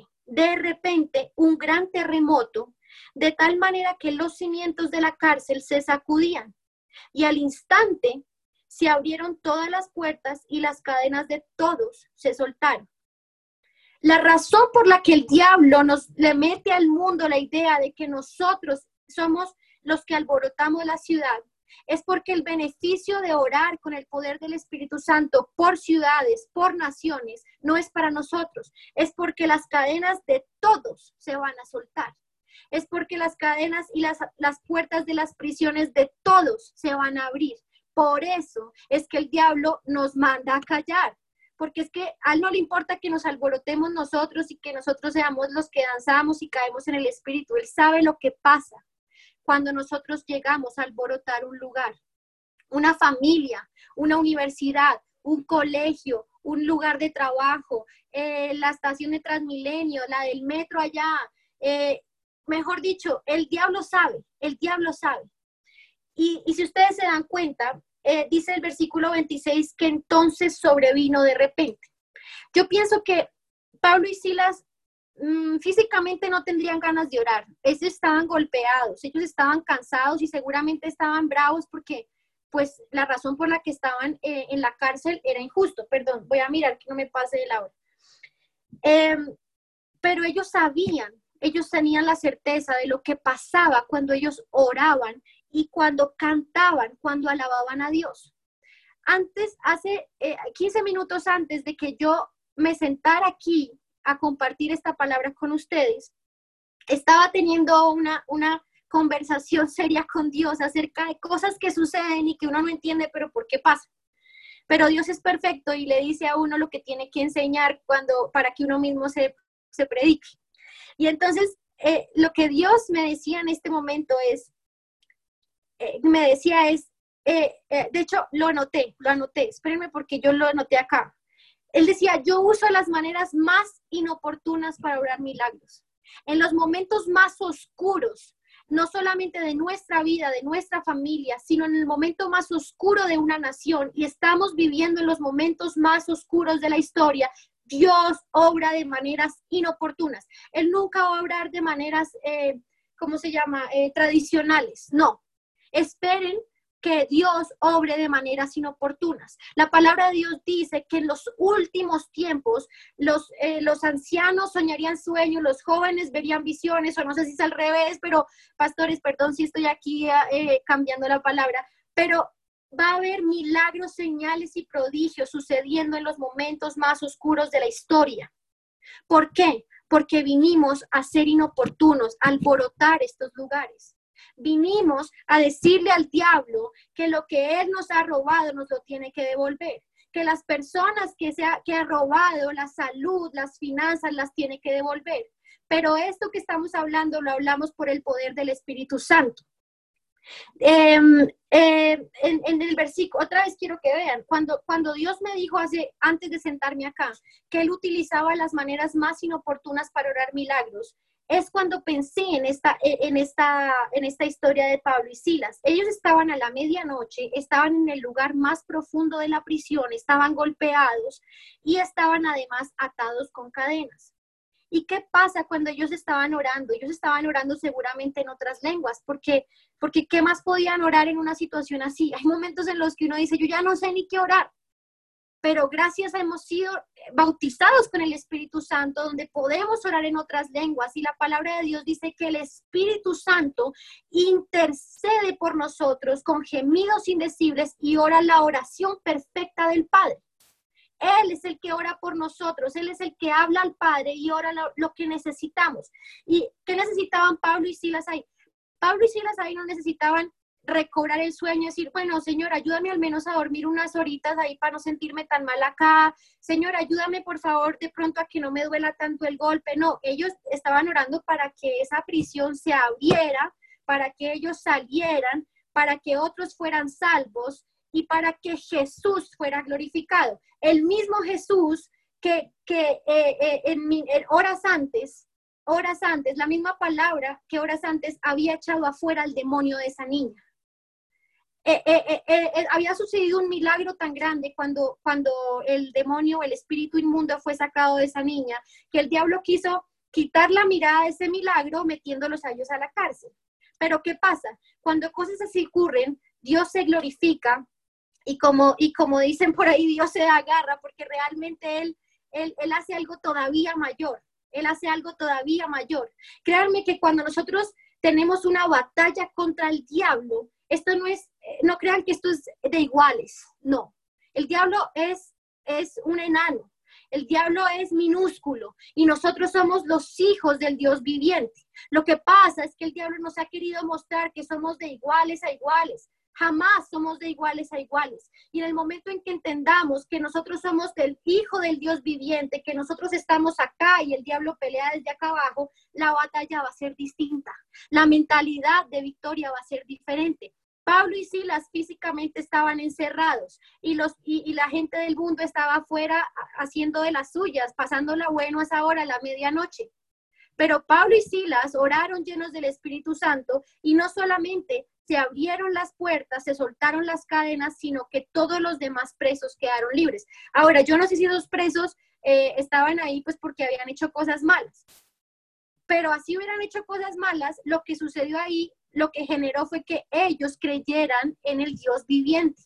un gran terremoto, de tal manera que los cimientos de la cárcel se sacudían y al instante se abrieron todas las puertas y las cadenas de todos se soltaron. La razón por la que el diablo le mete al mundo la idea de que nosotros somos los que alborotamos la ciudad es porque el beneficio de orar con el poder del Espíritu Santo por ciudades, por naciones, no es para nosotros. Es porque las cadenas de todos se van a soltar. Es porque las cadenas y las puertas de las prisiones de todos se van a abrir. Por eso es que el diablo nos manda a callar. Porque es que a él no le importa que nos alborotemos nosotros y que nosotros seamos los que danzamos y caemos en el Espíritu. Él sabe lo que pasa cuando nosotros llegamos a alborotar un lugar, una familia, una universidad, un colegio, un lugar de trabajo, la estación de Transmilenio, la del metro allá. Mejor dicho, el diablo sabe, el diablo sabe. Y si ustedes se dan cuenta, dice el versículo 26 que entonces sobrevino de repente. Yo pienso que Pablo y Silas físicamente no tendrían ganas de orar. Ellos estaban golpeados, ellos estaban cansados y seguramente estaban bravos porque pues la razón por la que estaban en la cárcel era injusto. Perdón, voy a mirar que no me pase de la hora. Pero ellos sabían, ellos tenían la certeza de lo que pasaba cuando ellos oraban y cuando cantaban, cuando alababan a Dios. Hace 15 minutos antes de que yo me sentara aquí a compartir esta palabra con ustedes, estaba teniendo una conversación seria con Dios acerca de cosas que suceden y que uno no entiende, pero ¿por qué pasa? Pero Dios es perfecto y le dice a uno lo que tiene que enseñar para que uno mismo se predique. Y entonces, lo que Dios me decía en este momento de hecho, lo anoté, espérenme porque yo lo anoté acá. Él decía, yo uso las maneras más inoportunas para obrar milagros. En los momentos más oscuros, no solamente de nuestra vida, de nuestra familia, sino en el momento más oscuro de una nación, y estamos viviendo en los momentos más oscuros de la historia, Dios obra de maneras inoportunas. Él nunca va a obrar de maneras, tradicionales. No. Esperen que Dios obre de maneras inoportunas. La palabra de Dios dice que en los últimos tiempos los ancianos soñarían sueños, los jóvenes verían visiones, o no sé si es al revés, pero pastores, perdón si estoy aquí cambiando la palabra, pero va a haber milagros, señales y prodigios sucediendo en los momentos más oscuros de la historia. ¿Por qué? Porque vinimos a ser inoportunos, a alborotar estos lugares. Vinimos a decirle al diablo que lo que él nos ha robado nos lo tiene que devolver, que las personas que ha robado, la salud, las finanzas, las tiene que devolver. Pero esto que estamos hablando lo hablamos por el poder del Espíritu Santo. En el versículo, otra vez quiero que vean, cuando Dios me dijo antes de sentarme acá, que Él utilizaba las maneras más inoportunas para orar milagros, es cuando pensé en esta historia de Pablo y Silas. Ellos estaban a la medianoche, estaban en el lugar más profundo de la prisión, estaban golpeados y estaban además atados con cadenas. ¿Y qué pasa cuando ellos estaban orando? Ellos estaban orando seguramente en otras lenguas, porque ¿qué más podían orar en una situación así? Hay momentos en los que uno dice, yo ya no sé ni qué orar, pero gracias hemos sido bautizados con el Espíritu Santo, donde podemos orar en otras lenguas, y la palabra de Dios dice que el Espíritu Santo intercede por nosotros con gemidos indecibles y ora la oración perfecta del Padre. Él es el que ora por nosotros, Él es el que habla al Padre y ora lo que necesitamos. ¿Y qué necesitaban Pablo y Silas ahí? Pablo y Silas ahí no necesitaban recobrar el sueño, decir, bueno, Señor, ayúdame al menos a dormir unas horitas ahí para no sentirme tan mal acá. Señor, ayúdame por favor de pronto a que no me duela tanto el golpe. No, ellos estaban orando para que esa prisión se abriera, para que ellos salieran, para que otros fueran salvos y para que Jesús fuera glorificado. El mismo Jesús que en horas antes, la misma palabra que horas antes había echado afuera al demonio de esa niña. Había sucedido un milagro tan grande cuando el demonio, el espíritu inmundo fue sacado de esa niña, que el diablo quiso quitar la mirada de ese milagro metiéndolos a ellos a la cárcel. Pero ¿qué pasa? Cuando cosas así ocurren, Dios se glorifica y como dicen por ahí, Dios se agarra porque realmente Él hace algo todavía mayor. Él hace algo todavía mayor. Créanme que cuando nosotros tenemos una batalla contra el diablo, esto no crean que esto es de iguales, no. El diablo es un enano, el diablo es minúsculo y nosotros somos los hijos del Dios viviente. Lo que pasa es que el diablo nos ha querido mostrar que somos de iguales a iguales. Jamás somos de iguales a iguales. Y en el momento en que entendamos que nosotros somos del Hijo del Dios viviente, que nosotros estamos acá y el diablo pelea desde acá abajo, la batalla va a ser distinta. La mentalidad de victoria va a ser diferente. Pablo y Silas físicamente estaban encerrados y la gente del mundo estaba afuera haciendo de las suyas, pasándola bueno a esa hora, a la medianoche. Pero Pablo y Silas oraron llenos del Espíritu Santo y no solamente se abrieron las puertas, se soltaron las cadenas, sino que todos los demás presos quedaron libres. Ahora, yo no sé si los presos estaban ahí pues porque habían hecho cosas malas, pero así hubieran hecho cosas malas, lo que sucedió ahí, lo que generó fue que ellos creyeran en el Dios viviente.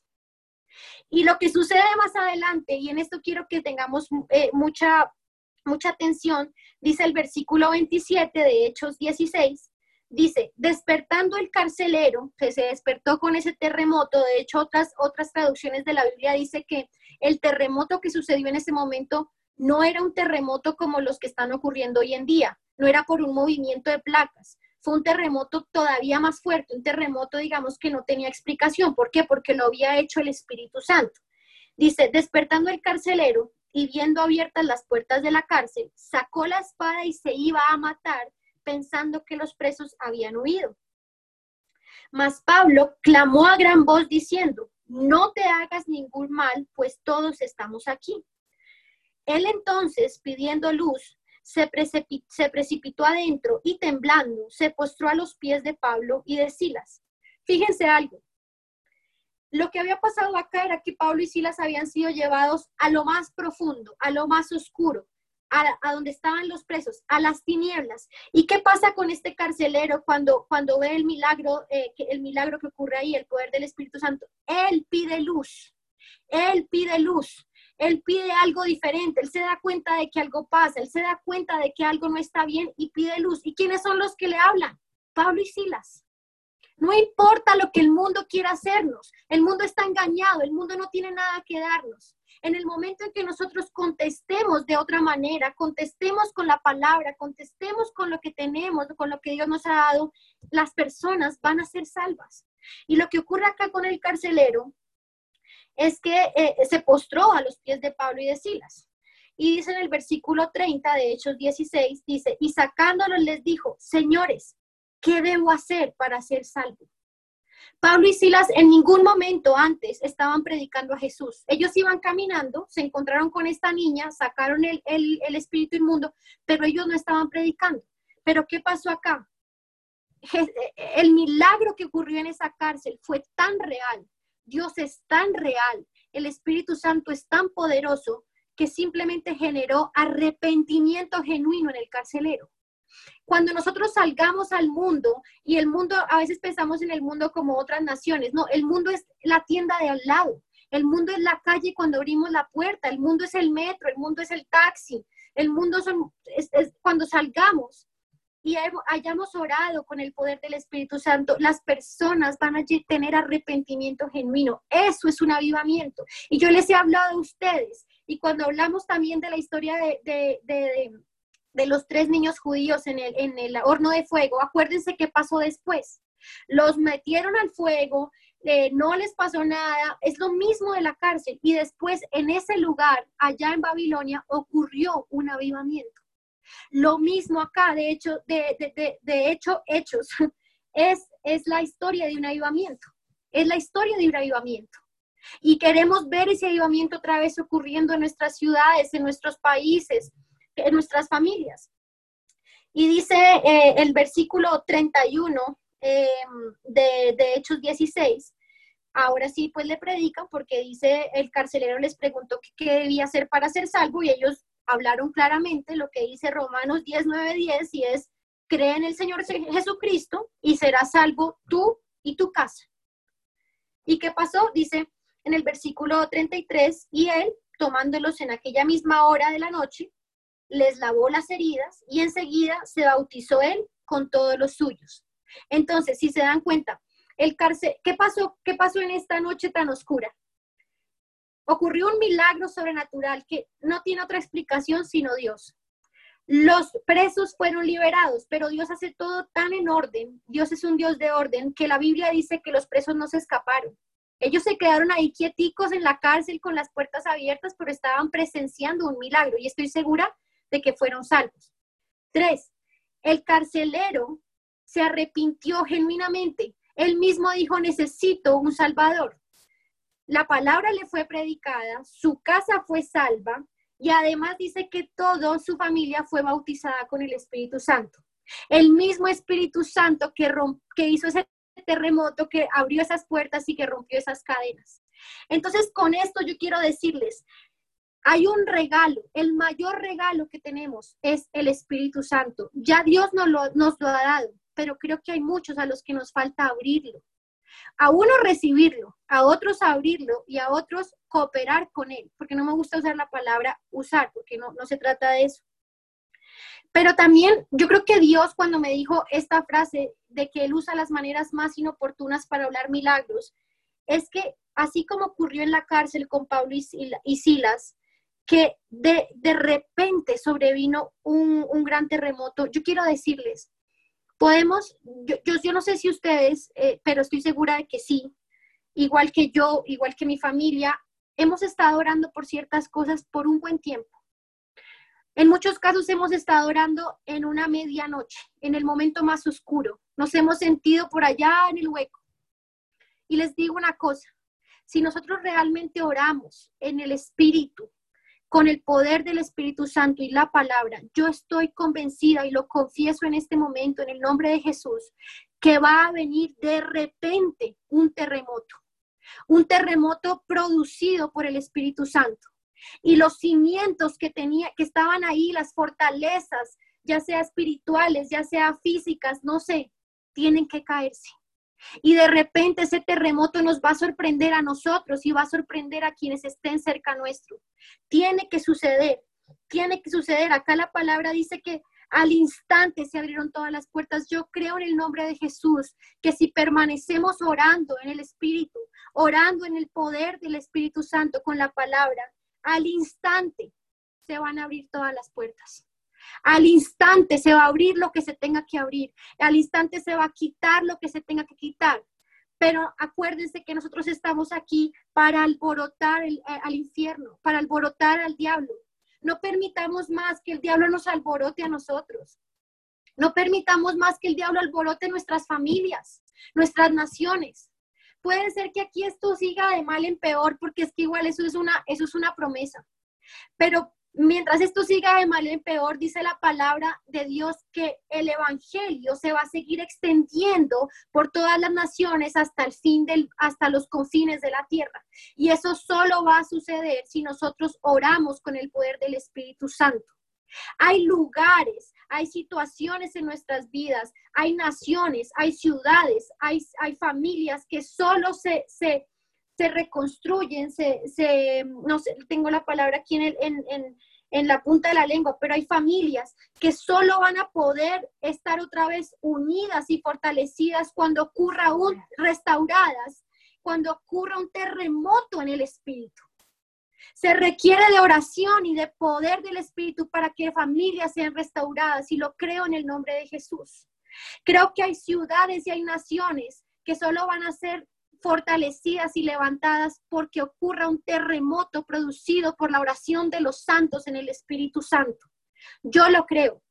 Y lo que sucede más adelante, y en esto quiero que tengamos mucha atención, dice el versículo 27 de Hechos 16, dice, despertando el carcelero, que se despertó con ese terremoto, de hecho otras traducciones de la Biblia dice que el terremoto que sucedió en ese momento no era un terremoto como los que están ocurriendo hoy en día, no era por un movimiento de placas, fue un terremoto todavía más fuerte, un terremoto digamos que no tenía explicación. ¿Por qué? Porque lo había hecho el Espíritu Santo. Dice, despertando el carcelero y viendo abiertas las puertas de la cárcel, sacó la espada y se iba a matar, pensando que los presos habían huido. Mas Pablo clamó a gran voz diciendo, no te hagas ningún mal, pues todos estamos aquí. Él entonces, pidiendo luz, se precipitó adentro y temblando, se postró a los pies de Pablo y de Silas. Fíjense algo. Lo que había pasado acá era que Pablo y Silas habían sido llevados a lo más profundo, a lo más oscuro, a donde estaban los presos, a las tinieblas. ¿Y qué pasa con este carcelero cuando ve el milagro que ocurre ahí, el poder del Espíritu Santo? Él pide luz, él pide luz. Él pide algo diferente, él se da cuenta de que algo pasa, él se da cuenta de que algo no está bien y pide luz. ¿Y quiénes son los que le hablan? Pablo y Silas. No importa lo que el mundo quiera hacernos, el mundo está engañado, el mundo no tiene nada que darnos. En el momento en que nosotros contestemos de otra manera, contestemos con la palabra, contestemos con lo que tenemos, con lo que Dios nos ha dado, las personas van a ser salvas. Y lo que ocurre acá con el carcelero es que se postró a los pies de Pablo y de Silas. Y dice en el versículo 30 de Hechos 16, dice, y sacándolos les dijo, señores, ¿qué debo hacer para ser salvo? Pablo y Silas en ningún momento antes estaban predicando a Jesús. Ellos iban caminando, se encontraron con esta niña, sacaron el espíritu inmundo, pero ellos no estaban predicando. ¿Pero qué pasó acá? El milagro que ocurrió en esa cárcel fue tan real. Dios es tan real, el Espíritu Santo es tan poderoso que simplemente generó arrepentimiento genuino en el carcelero. Cuando nosotros salgamos al mundo, y el mundo, a veces pensamos en el mundo como otras naciones, no, el mundo es la tienda de al lado, el mundo es la calle cuando abrimos la puerta, el mundo es el metro, el mundo es el taxi, el mundo es cuando salgamos. y hayamos orado con el poder del Espíritu Santo, las personas van a tener arrepentimiento genuino. Eso es un avivamiento. Y yo les he hablado a ustedes, y cuando hablamos también de la historia de los 3 niños judíos en el horno de fuego, acuérdense qué pasó después. Los metieron al fuego, no les pasó nada, es lo mismo de la cárcel. Y después en ese lugar, allá en Babilonia, ocurrió un avivamiento. Lo mismo acá, de hecho, Hechos, es la historia de un avivamiento. Es la historia de un avivamiento. Y queremos ver ese avivamiento otra vez ocurriendo en nuestras ciudades, en nuestros países, en nuestras familias. Y dice el versículo 31 de Hechos 16, ahora sí pues le predican, porque dice, el carcelero les preguntó qué debía hacer para ser salvo, y ellos hablaron claramente lo que dice Romanos 10, 9, 10, y es: cree en el Señor Jesucristo y serás salvo tú y tu casa. ¿Y qué pasó? Dice en el versículo 33, y él, tomándolos en aquella misma hora de la noche, les lavó las heridas, y enseguida se bautizó él con todos los suyos. Entonces, si se dan cuenta, ¿qué pasó en esta noche tan oscura? Ocurrió un milagro sobrenatural que no tiene otra explicación sino Dios. Los presos fueron liberados, pero Dios hace todo tan en orden. Dios es un Dios de orden, que la Biblia dice que los presos no se escaparon. Ellos se quedaron ahí quieticos en la cárcel con las puertas abiertas, pero estaban presenciando un milagro, y estoy segura de que fueron salvos. 3, el carcelero se arrepintió genuinamente. Él mismo dijo: necesito un Salvador. La palabra le fue predicada, su casa fue salva, y además dice que toda su familia fue bautizada con el Espíritu Santo. El mismo Espíritu Santo que hizo ese terremoto, que abrió esas puertas y que rompió esas cadenas. Entonces, con esto yo quiero decirles, hay un regalo, el mayor regalo que tenemos es el Espíritu Santo. Ya Dios nos lo ha dado, pero creo que hay muchos a los que nos falta abrirlo. A uno recibirlo, a otros abrirlo, y a otros cooperar con él, porque no me gusta usar la palabra usar, porque no se trata de eso. Pero también yo creo que Dios, cuando me dijo esta frase de que él usa las maneras más inoportunas para hablar milagros, es que así como ocurrió en la cárcel con Pablo y Silas, que de repente sobrevino un gran terremoto. Yo quiero decirles, yo no sé si ustedes, pero estoy segura de que sí, igual que yo, igual que mi familia, hemos estado orando por ciertas cosas por un buen tiempo. En muchos casos hemos estado orando en una medianoche, en el momento más oscuro. Nos hemos sentido por allá en el hueco. Y les digo una cosa, si nosotros realmente oramos en el Espíritu, con el poder del Espíritu Santo y la palabra, yo estoy convencida, y lo confieso en este momento en el nombre de Jesús, que va a venir de repente un terremoto producido por el Espíritu Santo. Y los cimientos que estaban ahí, las fortalezas, ya sea espirituales, ya sea físicas, no sé, tienen que caerse. Y de repente ese terremoto nos va a sorprender a nosotros y va a sorprender a quienes estén cerca nuestro. Tiene que suceder. Acá la palabra dice que al instante se abrieron todas las puertas. Yo creo en el nombre de Jesús que si permanecemos orando en el Espíritu, orando en el poder del Espíritu Santo con la palabra, al instante se van a abrir todas las puertas. Al instante se va a abrir lo que se tenga que abrir. Al instante se va a quitar lo que se tenga que quitar. Pero acuérdense que nosotros estamos aquí para alborotar al infierno, para alborotar al diablo. No permitamos más que el diablo nos alborote a nosotros. No permitamos más que el diablo alborote nuestras familias, nuestras naciones. Puede ser que aquí esto siga de mal en peor, porque es que igual eso es una promesa. Pero mientras esto siga de mal en peor, dice la palabra de Dios que el evangelio se va a seguir extendiendo por todas las naciones hasta los confines de la tierra. Y eso solo va a suceder si nosotros oramos con el poder del Espíritu Santo. Hay lugares, hay situaciones en nuestras vidas, hay naciones, hay ciudades, hay familias que solo se reconstruyen, no sé, tengo la palabra aquí en la punta de la lengua, pero hay familias que solo van a poder estar otra vez unidas y fortalecidas cuando ocurra restauradas, cuando ocurra un terremoto en el espíritu. Se requiere de oración y de poder del espíritu para que familias sean restauradas, y lo creo en el nombre de Jesús. Creo que hay ciudades y hay naciones que solo van a ser fortalecidas y levantadas porque ocurra un terremoto producido por la oración de los santos en el Espíritu Santo. Yo lo creo.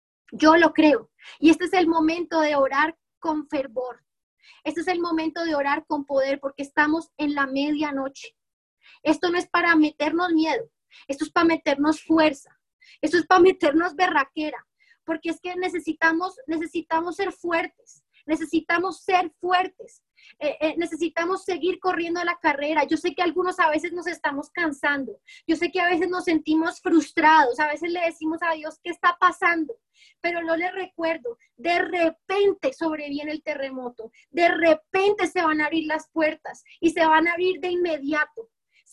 Y este es el momento de orar con fervor. Este es el momento de orar con poder, porque estamos en la medianoche. Esto no es para meternos miedo, esto es para meternos fuerza, esto es para meternos berraquera, porque es que necesitamos ser fuertes, necesitamos seguir corriendo la carrera. Yo sé que algunos a veces nos estamos cansando, yo sé que a veces nos sentimos frustrados, a veces le decimos a Dios, ¿qué está pasando? Pero yo les recuerdo, de repente sobreviene el terremoto, de repente se van a abrir las puertas y se van a abrir de inmediato.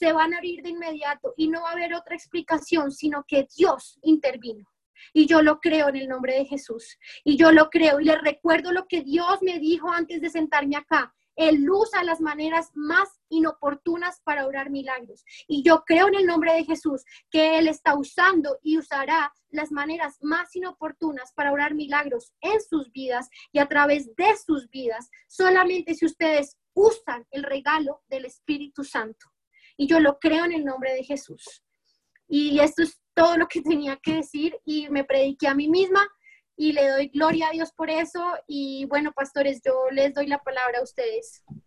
Y no va a haber otra explicación, sino que Dios intervino. Y yo lo creo en el nombre de Jesús. Y yo lo creo. Y les recuerdo lo que Dios me dijo antes de sentarme acá. Él usa las maneras más inoportunas para obrar milagros. Y yo creo en el nombre de Jesús que Él está usando y usará las maneras más inoportunas para obrar milagros en sus vidas y a través de sus vidas. Solamente si ustedes usan el regalo del Espíritu Santo. Y yo lo creo en el nombre de Jesús. Y esto es todo lo que tenía que decir, y me prediqué a mí misma y le doy gloria a Dios por eso. Y bueno, pastores, yo les doy la palabra a ustedes.